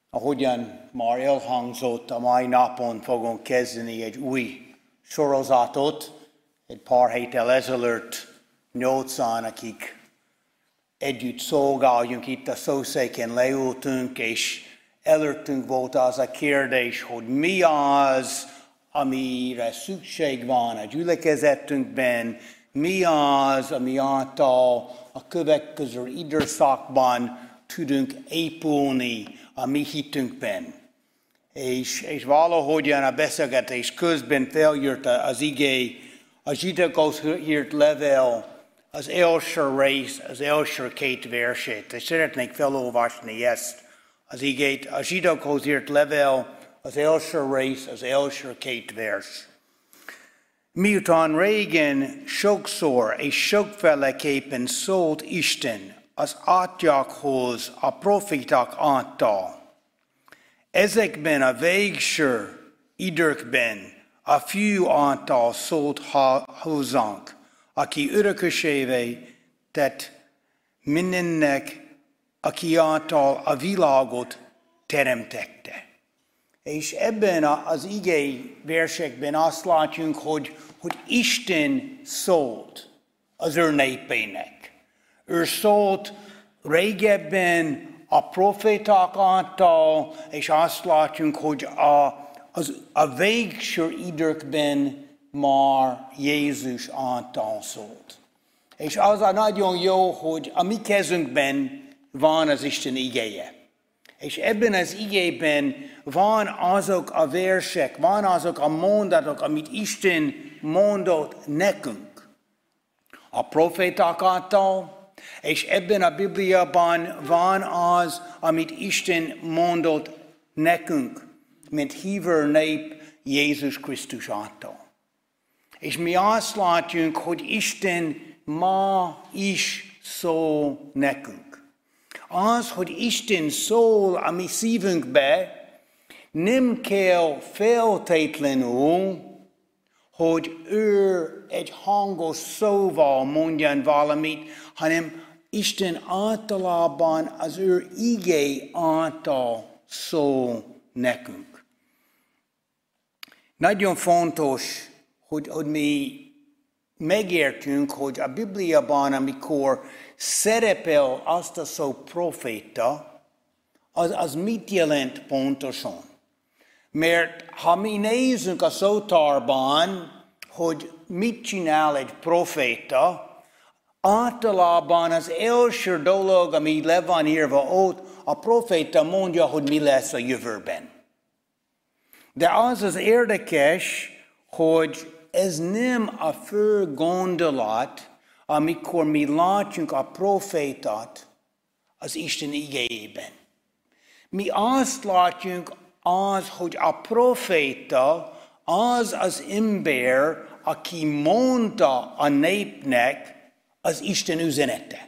Ahogyan már elhangzott, a mai napon fogunk kezdeni egy új sorozatot. Egy pár héttel ezelőtt 8-an, akik együtt szolgáljunk itt a szószéken leültünk, és előttünk volt az a kérdés, hogy mi az, amire szükség van a gyülekezetünkben, mi az, ami által a következő időszakban tudunk épülni a mi hitünkben. És valahogyan a beszélgetés közben feljött az igé, a zsidókhoz írt levél, az első rész, az első két versét. És szeretnék felolvasni ezt az igét. A zsidókhoz írt levél, az első rész, az első két vers. Miután régen sokszor és sokféleképpen szólt Isten az atyákhoz a profiták által, ezekben a végső időkben a fiú által szólt hozzánk, aki örökösévé tett mindennek, aki által a világot teremtette. És ebben az igei versekben azt látjuk, hogy Isten szólt az ő népének. Ő szólt régebben a proféták által, és azt látjuk, hogy a végső időkben már Jézus által szólt. És az a nagyon jó, hogy a mi kezünkben van az Isten igéje. És ebben az igében van azok a versek, van azok a mondatok, amit Isten mondott nekünk. A proféták által, és ebben a Bibliában van az, amit Isten mondott nekünk, mint hívő nép Jézus Krisztus által. És mi azt látjuk, hogy Isten ma is szól nekünk. Az, hogy Isten szól a mi szívünkbe, nem kell feltétlenül, hogy ő egy hangos szóval mondjan valamit, hanem Isten általában az ő igé által szól nekünk. Nagyon fontos, hogy mi megértünk, hogy a Bibliában, amikor szerepel azt a szó proféta, az mit jelent pontosan? Mert ha mi nézzünk a szótárban, hogy mit csinál egy proféta, általában az első dolog, ami le van írva ott, a proféta mondja, hogy mi lesz a jövőben. De az érdekes, hogy ez nem a fő gondolat, amikor mi látjuk a profétát az Isten igéjében. Mi azt látjuk hogy a proféta az ember, aki mondta a népnek az Isten üzenete.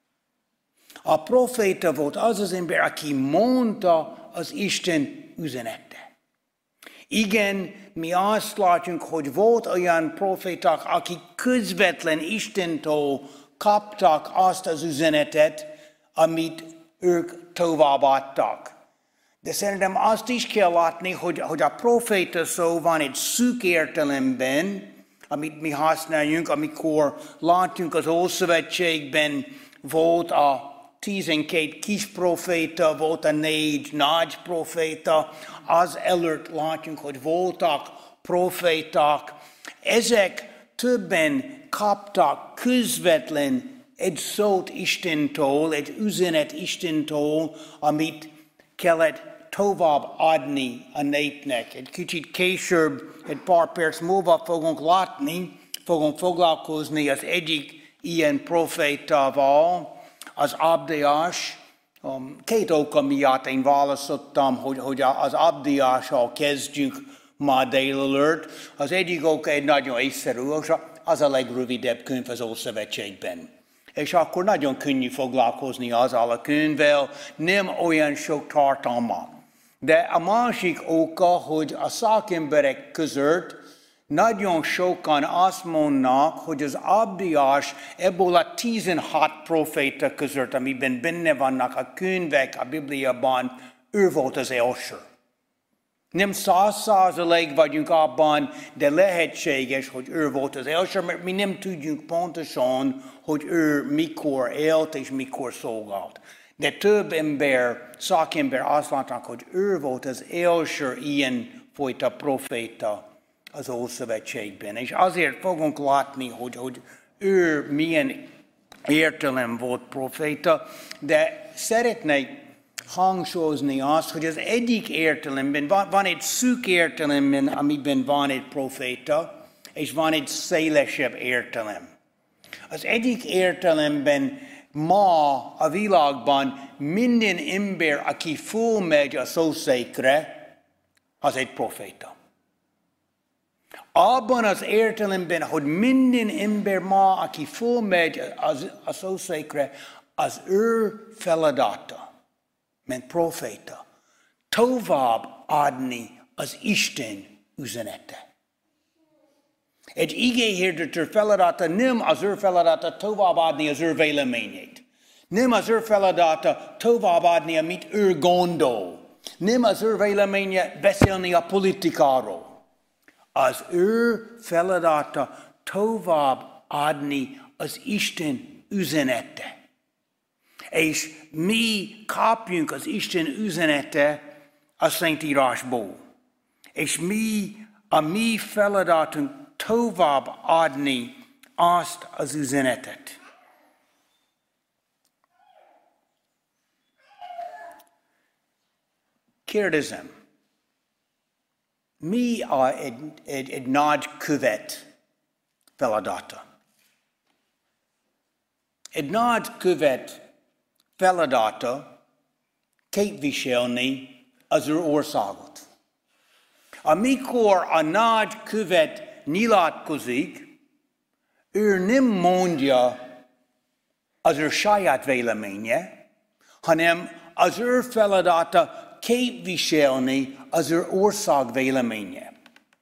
A proféta volt az ember, aki mondta az Isten üzenete. Igen, mi azt látjuk, hogy volt olyan proféták, akik közvetlen Istentől kaptak azt az üzenetet, amit ők továbbadtak. De szerintem azt is kell látni, hogy a proféta szó van egy szűk értelemben, amit mi használjunk, amikor látjuk az Ószövetségben volt a 12 kis proféta, volt a 4 nagy proféta, az előtt látjuk, hogy voltak proféták. Ezek többen kaptak közvetlen egy szót Istentől, egy üzenet Istentől, amit kellett tovább adni a népnek. Egy kicsit később, egy pár perc múlva fogunk foglalkozni az egyik ilyen profétával, az Abdiás. Két oka miatt én választottam, hogy az Abdiással kezdjük ma délelőtt. Az egyik oka egy nagyon egyszerű, az a legrövidebb könyv az Ószövetségben. És akkor nagyon könnyű foglalkozni azzal a könyvvel, nem olyan sok tartalma. De a másik oka, hogy a szakemberek között nagyon sokan azt mondnak, hogy az Abdiás ebből a 16 proféta között, amiben benne vannak a könyvek a Bibliában, ő volt az első. Nem 100% vagyunk abban, de lehetséges, hogy ő volt az első, mert mi nem tudjuk pontosan, hogy ő mikor élt és mikor szolgált. De több szakember azt mondták, hogy ő volt az első ilyen fajta proféta az Ószövetségben. És azért fogunk látni, hogy ő milyen értelem volt proféta, de szeretnék hangsúlyozni azt, hogy az egyik értelemben van egy szűk értelemben, amiben van egy proféta, és van egy szélesebb értelem. Az egyik értelemben ma a világban minden ember, aki fölmegy a szószékre, az egy proféta. Abban az értelemben, hogy minden ember ma, aki fölmegy a szószékre, az ő feladata, mint proféta, tovább adni az Isten üzenete. Egy igéhirdető feladata nem az ő feladata tovább adni az ő véleményét. Nem az ő feladata tovább adni, amit ő gondol. Nem az ő véleménye beszélni a politikáról. Az ő feladata tovább adni az Isten üzenete. És mi kapjunk az Isten üzenete a Szentírásból. És a mi feladatunk tovább adni azt az üzenetet. Kérdezem, mi egy nagykövet feladata? Egy nagykövet feladata képviselni az ő országot. Amikor a nagykövet nyilatkozik, ő nem mondja az ő saját véleménye, hanem az ő feladata képviselni az ő ország véleménye.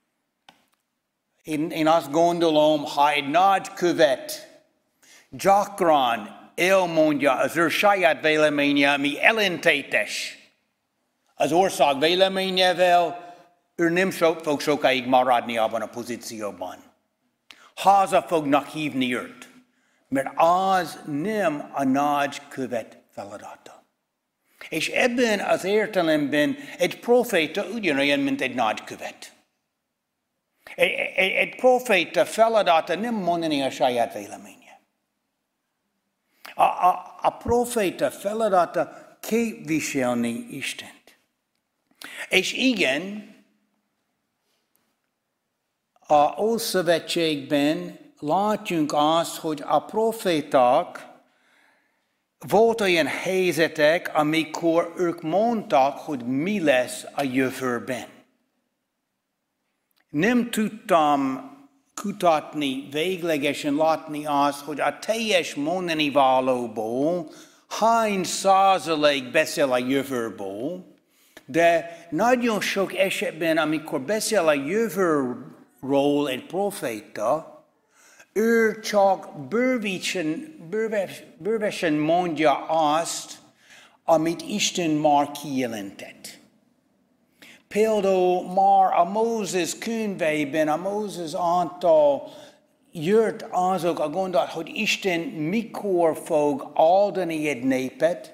Én azt gondolom, ha egy nagykövet gyakran elmondja az ő saját véleménye, ami ellentétes az ország véleményével, ő nem fog sokáig maradni abban a pozícióban. Haza fognak hívni őt, mert az nem a nagykövet feladata. És ebben az értelemben egy proféta ugyanolyan, mint egy nagykövet. Egy proféta feladata nem mondani a saját véleménye. A proféta feladata képviselni Istent. És igen, a Ószövetségben látjunk azt, hogy a proféták volt olyan helyzetek, amikor ők mondtak, hogy mi lesz a jövőben. Nem tudtam kutatni, véglegesen látni azt, hogy a teljes mondani valóból hány százalék beszél a jövőból, de nagyon sok esetben, amikor beszél a jövőről egy proféta, ő csak bővesen mondja azt, amit Isten már kijelentett. Például már a Mózes könyveiben, a Mózes által jött azok a gondolat, hogy Isten mikor fog áldani egy népet,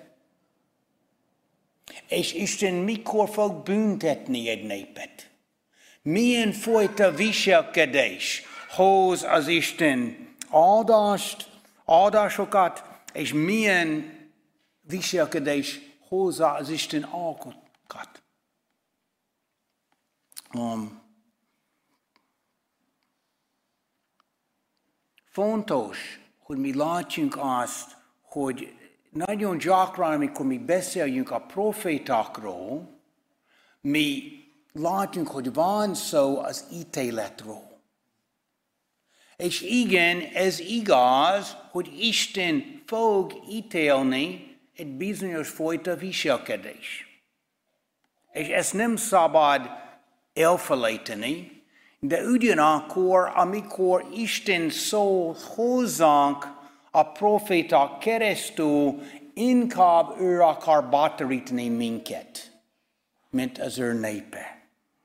és Isten mikor fog büntetni egy népet. Milyen fajta viselkedés hoz az Isten áldásokat, és milyen viselkedés hozza az Isten alkotókat. Fontos, hogy mi látjunk azt, hogy nagyon gyakran, amikor mi beszéljünk a profétákról, mi látjunk, hogy van szó az ítéletről. És igen, ez igaz, hogy Isten fog ítélni egy bizonyos fajta viselkedés. És ezt nem szabad elfelejteni, de ugyanakkor, amikor Isten szól hozzánk a proféták keresztül, inkább ő akar bátorítani minket. mint az népe.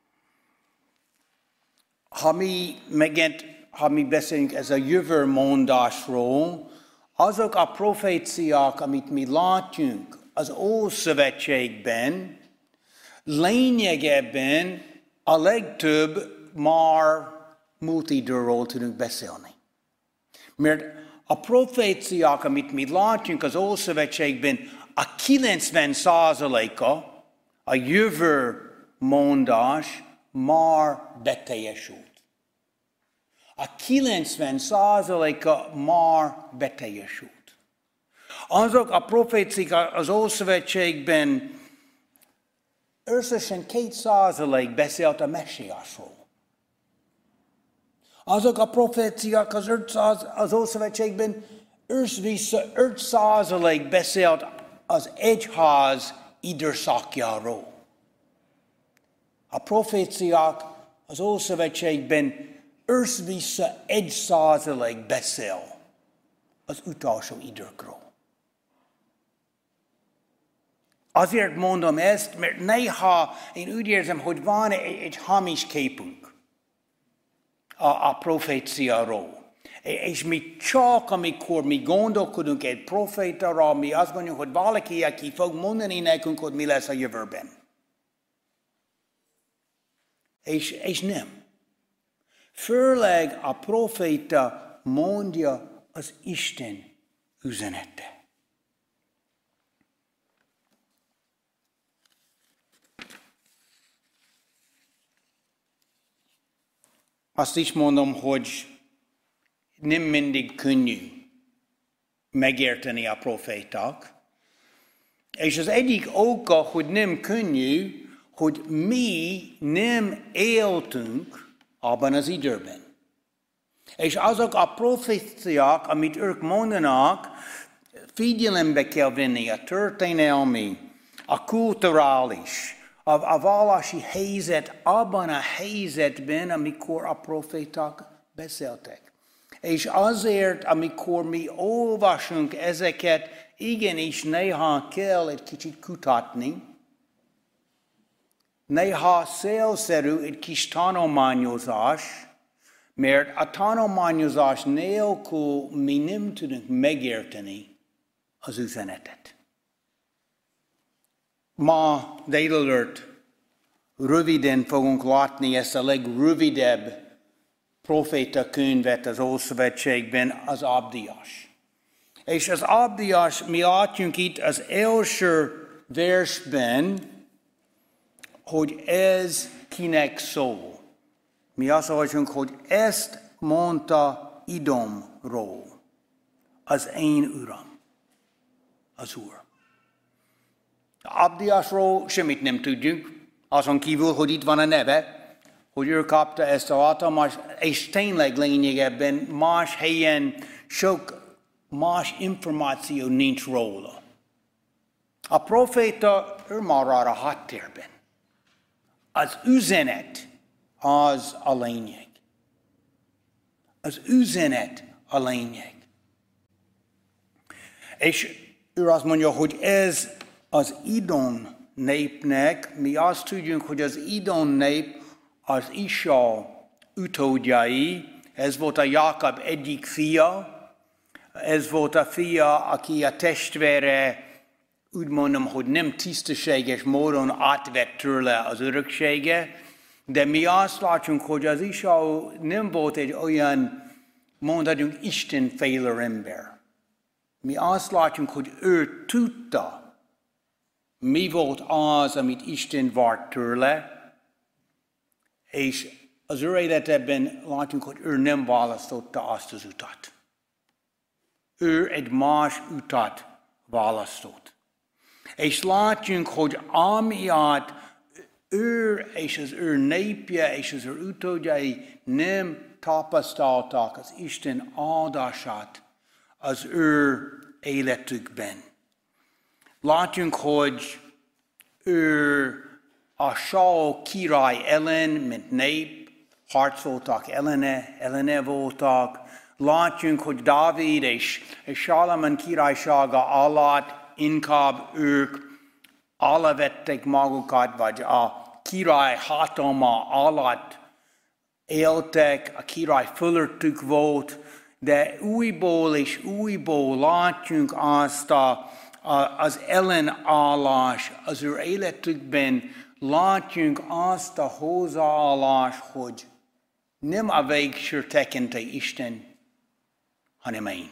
Ha mi beszélünk ez a jövőmondásról, azok a proféciák, amit mi látjunk az Ószövetségben, lényegében a legtöbb már múlt időről tudunk beszélni. Mert a proféciák, amit mi látjunk az Ószövetségben, a 90%-a a jövőmondás már beteljesült. A 90%-a már beteljesült. Azok a proféciák az Ószövetségben összesen 2% beszélt a messiásról. Azok a proféciák az Ószövetségben össze-vissza 5% beszélt az egyház időszakjáról. A proféciák az Ószövetségben össze-vissza 1% beszél az utolsó időkről. Azért mondom ezt, mert néha én úgy érzem, hogy van egy hamis képünk a proféciáról. És mi csak, amikor mi gondolkodunk egy profétáról, mi azt mondjuk, hogy valaki, aki fog mondani nekünk, hogy mi lesz a jövőben. És nem. Főleg a proféta mondja az Isten üzenete. Azt is mondom, hogy nem mindig könnyű megérteni a proféták, és az egyik oka, hogy nem könnyű, hogy mi nem éltünk abban az időben. És azok a proféciák, amit ők mondanak, figyelembe kell venni a történelmi, a kulturális, a vallási helyzet abban a helyzetben, amikor a proféták beszéltek. És azért, amikor mi olvasunk ezeket, igenis néha kell egy kicsit kutatni, néha célszerű egy kis tanulmányozás, mert a tanulmányozás nélkül mi nem tudunk megérteni az üzenetet. Ma délelőtt röviden fogunk látni ezt a legrövidebb proféta könyvet az Ószövetségben, az Abdiás. És az Abdiás, mi látjunk itt az első versben, hogy ez kinek szól. Mi azt olvasunk, hogy ezt mondta Idomról, az én uram, az Úr. Abdiásról semmit nem tudjuk, azon kívül, hogy itt van a neve, hogy ő kapta ezt a hatalmas, és tényleg lényegében más helyen sok más információ nincs róla. A proféta ő marad a háttérben. Az üzenet az a lényeg. Az üzenet a lényeg. És ő azt mondja, hogy ez az Idom népnek, mi azt tudjuk, hogy az Idom nép az Isau utódjai, ez volt a Jákob egyik fia, ez volt a fia, aki a testvére, úgy mondom, hogy nem tisztességes módon átvett tőle az öröksége, de mi azt látjuk, hogy az Isau nem volt egy olyan, mondhatunk, istenféle ember. Mi azt látjuk, hogy ő tudta, mi volt az, amit Isten várt tőle, és az ő életében látjuk, hogy ő nem választotta azt az utat. Ő egy más utat választott. És látjuk, hogy amiatt ő és az ő népje és az ő utódjai nem tapasztalták az Isten áldását az ő életükben. Látjuk, hogy ő a Saul király ellen, mint nép, harcoltak ellene voltak. Látjuk, hogy Dávid és Sálamon királysága alatt inkább ők alavették magukat, vagy a király hatalma alatt éltek, a király fölöttük volt, de újból és újból látjunk azt az ellenállás az ő életükben, látjunk azt a hozzáállást, hogy nem a végső tekintély Isten, hanem én.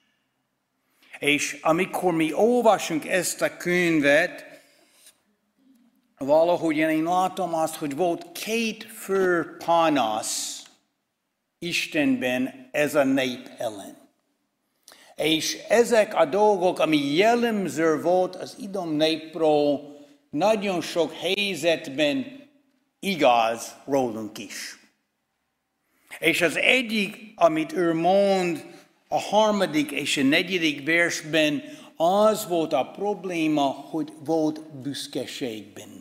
És amikor mi olvasunk ezt a könyvet, valahogy én látom azt, hogy volt két fő panasz Istenben ez a nép ellen. És ezek a dolgok, ami jellemző volt az idom népről, nagyon sok helyzetben igaz rólunk is. És az egyik, amit ő mond a 3. és a 4. versben, az volt a probléma, hogy volt büszkeség bennük.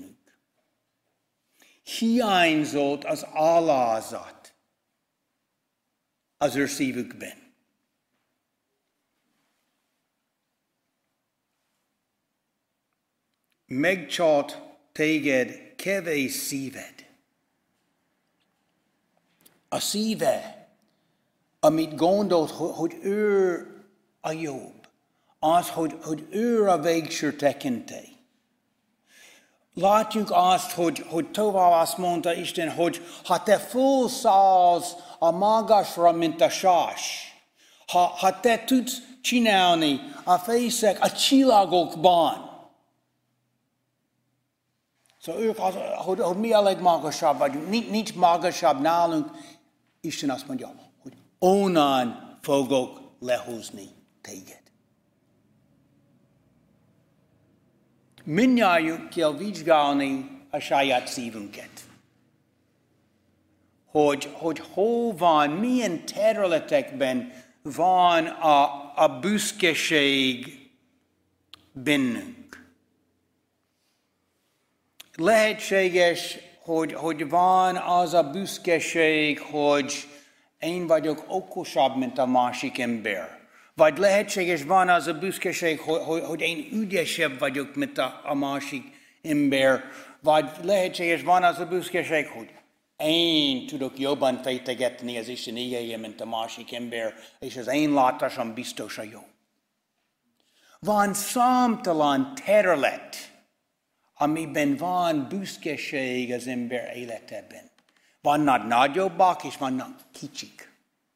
Hiányzott az alázat az ő szívükben. Megcsalt téged kevés szíved. A szíve, amit gondolt, hogy ő a jobb, az, hogy ő a végső tekintély. Látjuk azt, hogy tovább azt mondta Isten, hogy ha te fölszállsz a magasra, mint a sás, ha te tudsz csinálni a fészek a csillagokban, szóval ők, hogy mi a legmagasabb vagyunk, nincs magasabb nálunk, Isten azt mondja, hogy onnan fogok lehozni téged. Mindnyájunk kell vizsgálni a saját szívünket. Hogy hol van, milyen területekben van a büszkeség bennünk. Lehetséges, hogy van az a büszkeség, hogy én vagyok okosabb, mint a másik ember. Vagy lehetséges van az a büszkeség, hogy én ügyesebb vagyok, mint a másik ember. Vagy lehetséges van az a büszkeség, hogy én tudok jobban fejtegetni az Isten igéje, mint a másik ember, és az én látásom biztos a jó. Van számtalan terület, amiben van büszkeség az ember életében. Vannak nagyobbak, és vannak kicsik.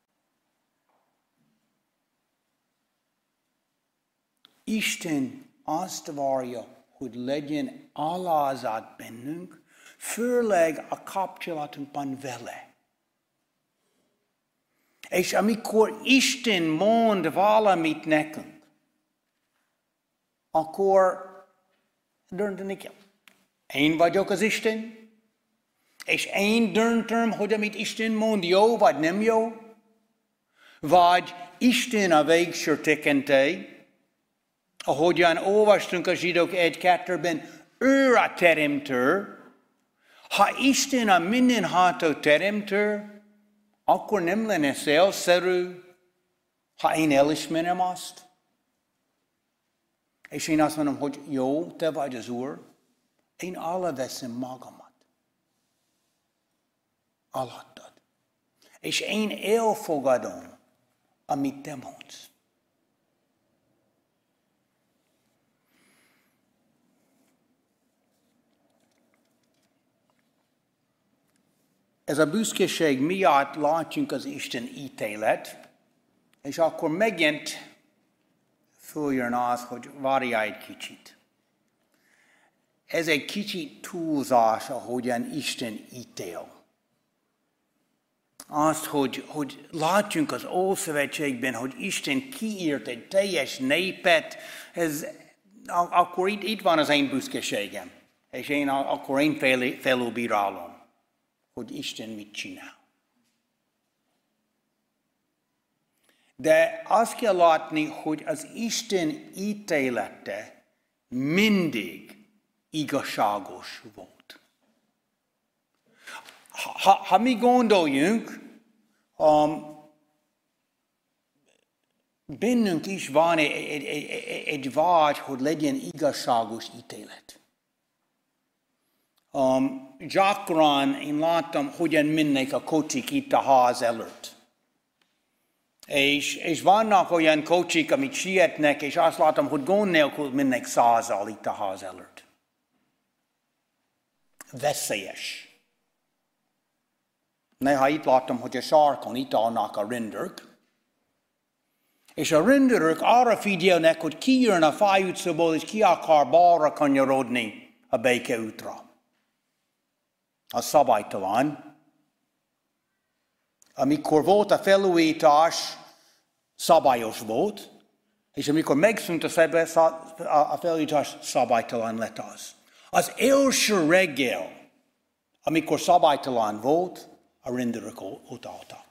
Isten azt várja, hogy legyen alázat bennünk, főleg a kapcsolatunkban vele. És amikor Isten mond valamit nekünk, akkor dönteni kell. Én vagyok az Isten, és én döntöm, hogy amit Isten mond jó vagy nem jó, vagy Isten a végső tekintély, ahogyan olvastunk a Zsidók 1-2-ben, ő a teremtő. Ha Isten a mindenható teremtő, akkor nem lenne célszerű, ha én elismerem azt. És én azt mondom, hogy jó, te vagy az Úr, én alaveszem magamat. Alattad. És én elfogadom, amit te mondsz. Ez a büszkeség miatt látjunk az Isten ítélet, és akkor megint följön az, hogy várjál egy kicsit. Ez egy kicsit túlzás, ahogyan Isten ítél. Azt, hogy látjunk az Ószövetségben, hogy Isten kiírt egy teljes népet, akkor itt van az én büszkeségem. És akkor én felülbírálom, hogy Isten mit csinál. De azt kell látni, hogy az Isten ítélete mindig igazságos volt. Ha mi gondoljunk, bennünk is van egy vágy, hogy legyen igazságos ítélet. Gyakran én láttam, hogyan mennek a kocsik itt a ház előtt. És vannak olyan kocsik, amit sietnek, és azt látom, hogy gond nélkül mennek 100-al itt a ház előtt. Veszélyes. Néha itt láttam, hogy a sarkon itt állnak a rendőrök, és a rendőrök arra figyelnek, hogy ki jön a Fáj utcából, és ki akar balra kanyarodni a Béke útra. A szabálytalan. Amikor volt a felújítás, szabályos volt, és amikor megszűnt a felújítás, szabálytalan lett az. Az első reggel, amikor szabálytalan volt, a rendőrök ott álltak.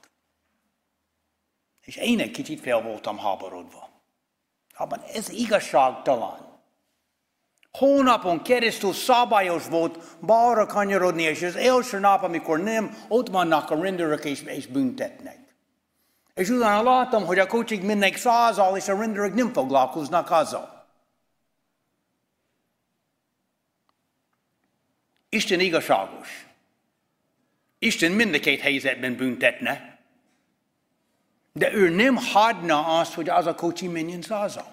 És én egy kicsit fel voltam háborodva. Abban ez igazságtalan. Hónapon keresztül szabályos volt balra kanyarodni, és az első nap, amikor nem, ott vannak a rendőrök és büntetnek. És utána láttam, hogy a kocsik mennek 100-al, és a rendőrök nem foglalkoznak azzal. Isten igazságos. Isten mind a két helyzetben büntetne, de ő nem hagyna azt, hogy az a kocsi menjen 100-al.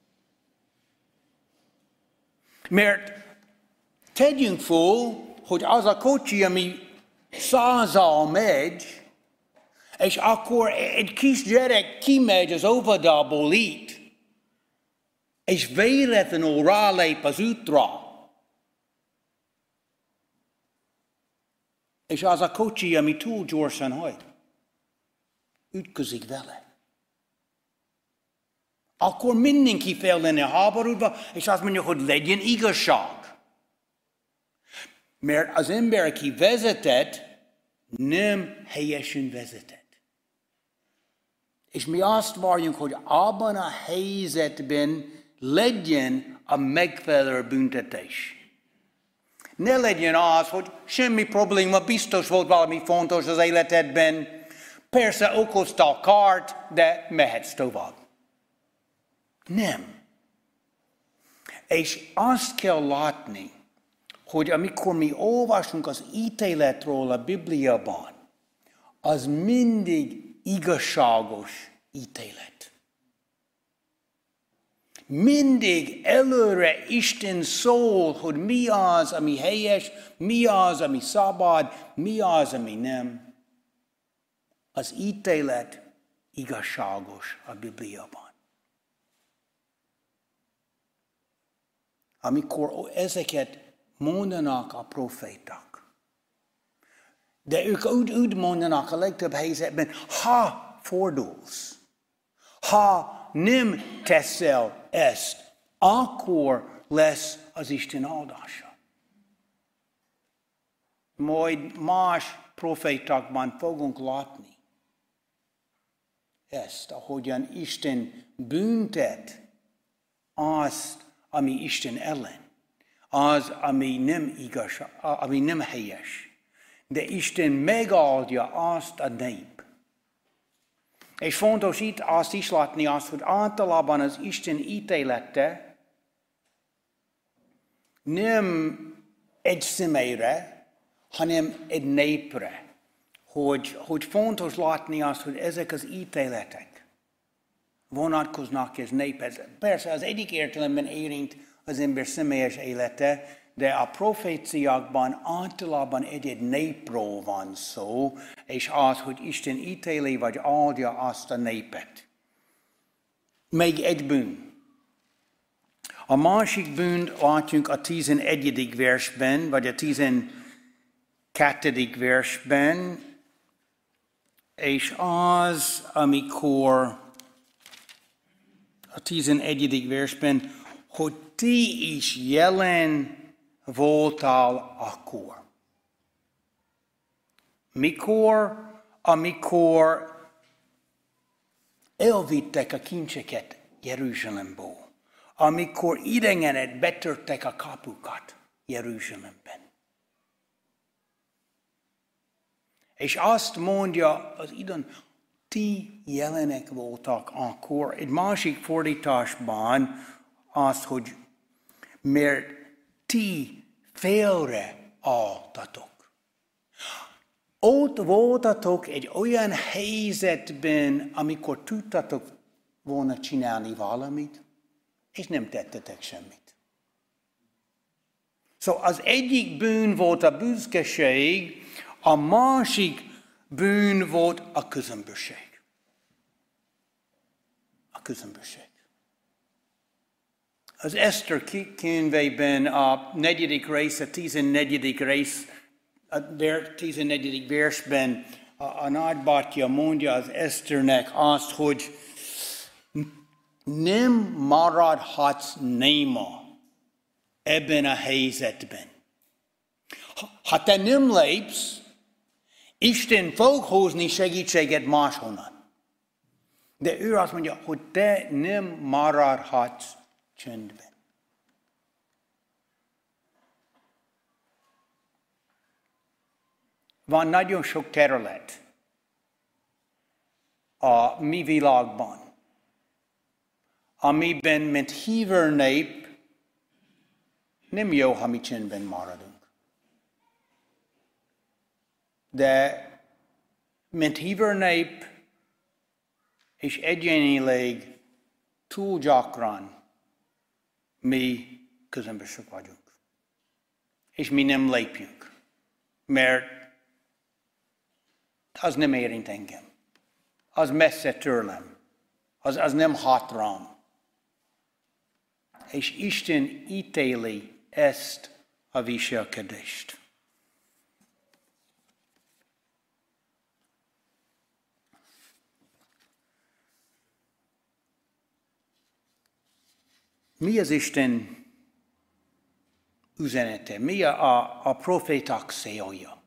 Mert tegyünk föl, hogy az a kocsi, ami 100-al megy, és akkor egy kis gyerek kimegy az óvodából itt, és véletlenül rálép az útra. És az a kocsi, ami túl gyorsan hajt, ütközik vele. Akkor mindenki fel lenne háborodva, és azt mondja, hogy legyen igazság. Mert az ember, aki vezetett, nem helyesen vezetett. És mi azt várjunk, hogy abban a helyzetben legyen a megfelelő büntetés. Ne legyen az, hogy semmi probléma, biztos volt valami fontos az életedben, persze okoztál kárt, de mehetsz tovább. Nem. És azt kell látni, hogy amikor mi olvasunk az ítéletről a Bibliában, az mindig igazságos ítélet. Mindig előre Isten szól, hogy mi az, ami helyes, mi az, ami szabad, mi az, ami nem. Az ítélet igazságos a Bibliában. Amikor ezeket mondanak a proféták, de ők úgy mondanak a legtöbb helyzetben, ha fordulsz, ha nem teszel ezt, akkor lesz az Isten áldása. Majd más profétákban fogunk látni ezt, ahogyan Isten büntet azt, ami Isten ellen, az, ami nem igaz, ami nem helyes. De Isten megáldja azt a nép. És fontos itt azt is látni azt, hogy általában az Isten ítélete nem egy személyre, hanem egy népre. Hogy fontos látni azt, hogy ezek az ítéletek vonatkoznak ez néphez. Persze az egyik értelemben érint az ember személyes élete, de a proféciákban általában egy népről van szó, és az, hogy Isten ítéli vagy áldja azt a népet. Még egy bűn. A másik bűnt látjuk a 11. versben, vagy a 12. versben, és az, amikor a 11. versben, hogy ti is jelen voltál akkor. Mikor? Amikor elvittek a kincseket Jeruzsálemből. Amikor idegenek betörtek a kapukat Jeruzsálemben. És azt mondja az idon, ti jelenek voltak akkor. Egy másik fordításban az, hogy mert ti félre álltatok. Ott voltatok egy olyan helyzetben, amikor tudtatok volna csinálni valamit, és nem tettetek semmit. Szóval az egyik bűn volt a büszkeség, a másik bűn volt a közömbösség. A közömbösség. Az Eszter könyvében a 4. rész, a 14. rész, a 14. versben a nagybátyja mondja az Eszternek azt, hogy nem maradhatsz néma ebben a helyzetben. Ha te nem lépsz, Isten fog hozni segítséget máshonnan. De ő azt mondja, hogy te nem maradhatsz csöndben. Van nagyon sok terület a mi világban, amiben, mint hívő nép, nem jó, ha mi csendben maradunk. De, mint hívő nép, és egyénileg túl gyakran mi közömbösök vagyunk. És mi nem lépjünk, mert az nem érint engem. Az messze tőlem. Az nem hat rám. És Isten ítéli ezt a viselkedést. Mi az Isten üzenete? Mi a proféták célja?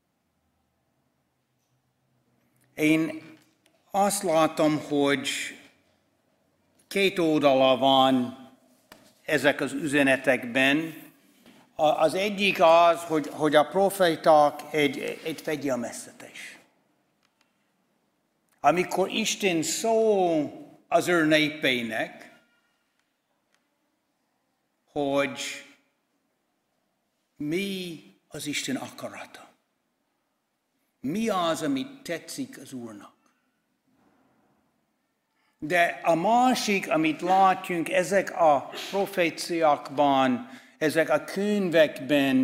Én azt látom, hogy két oldala van ezek az üzenetekben. Az egyik az, hogy a proféták egy fegyelmeztetés. Amikor Isten szól az ő népének, hogy mi az Isten akarata. Mi az, amit tetszik az Úrnak. De a másik, amit látjunk ezek a proféciákban, ezek a könyvekben,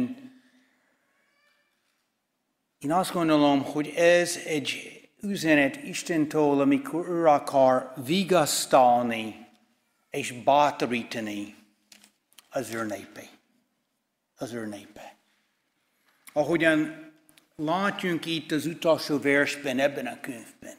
én azt gondolom, hogy ez egy üzenet Istentől, amikor ő akar vigasztalni és bátorítani az ő népe. Az ő népe. Ahogyan látjunk itt az utolsó versben, ebben a könyvben.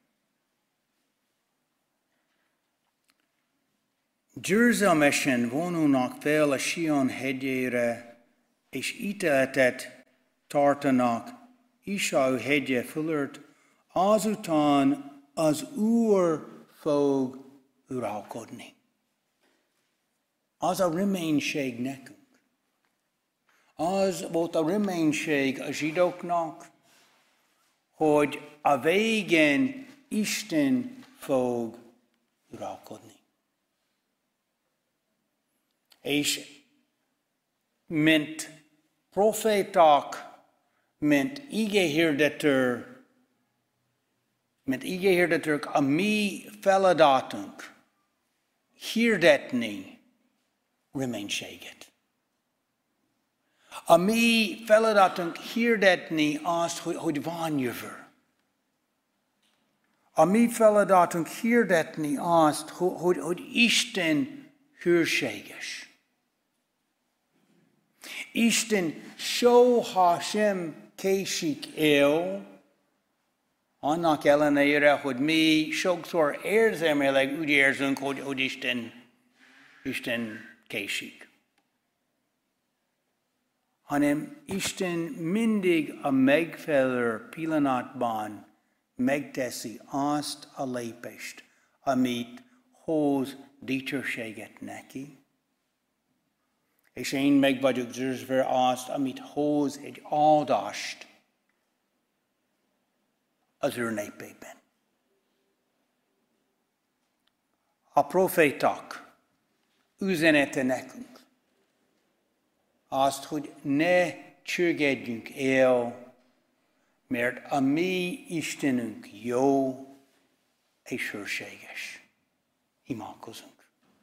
Győzelmesen vonulnak fel a Sion hegyére, és ítéletet tartanak Isau hegye fölött, azután az Úr fog uralkodni. Az a reménység nekünk. Az volt a reménység a zsidóknak, hogy a végén Isten fog uralkodni. És mint proféták, mint igéhirdetők, a mi feladatunk hirdetni reménységet. A mi feladatunk hirdetni azt, hogy van jövő. A mi feladatunk hirdetni azt, hogy Isten hűséges. Isten soha sem késik el, annak ellenére, hogy mi sokszor érzelmileg úgy érzünk, hogy Isten késik. Hanem Isten mindig a megfelelő pillanatban megteszi azt a lépést, amit hoz dicsőséget neki. És én meg vagyok győzve azt, amit hoz egy áldást az ő népében. A proféták üzenete nekünk azt, hogy ne csüggedjünk el, mert a mi Istenünk jó és hűséges. Imádkozunk.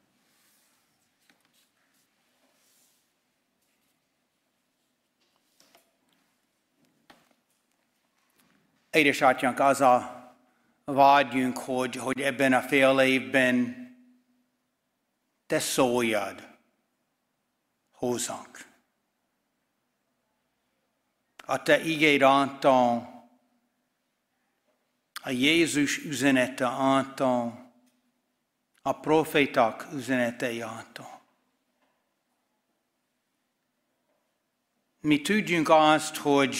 Édesatyánk, az a vágyunk, hogy ebben a fél évben te szóljad hozzánk. A te igéd által, a Jézus üzenete által, a proféták üzenetei által. Mi tudjunk azt, hogy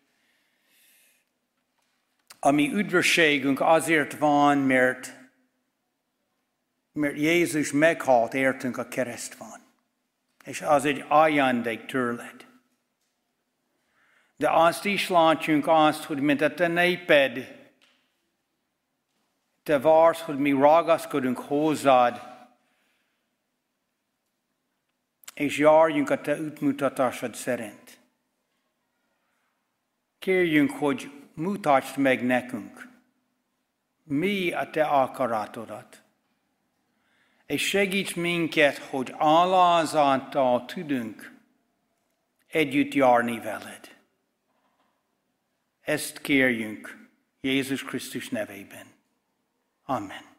a mi üdvösségünk azért van, mert Jézus meghalt értünk a keresztfán. És az egy ajándék tőled. De azt is látjunk azt, hogy mint a te néped, te vársz, hogy mi ragaszkodunk hozzád, és járjunk a te útmutatásod szerint. Kérjünk, hogy mutasd meg nekünk, mi a te akaratodat, és segíts minket, hogy alázattal tudunk együtt járni veled. Ezt kérjünk Jézus Krisztus nevében. Amen.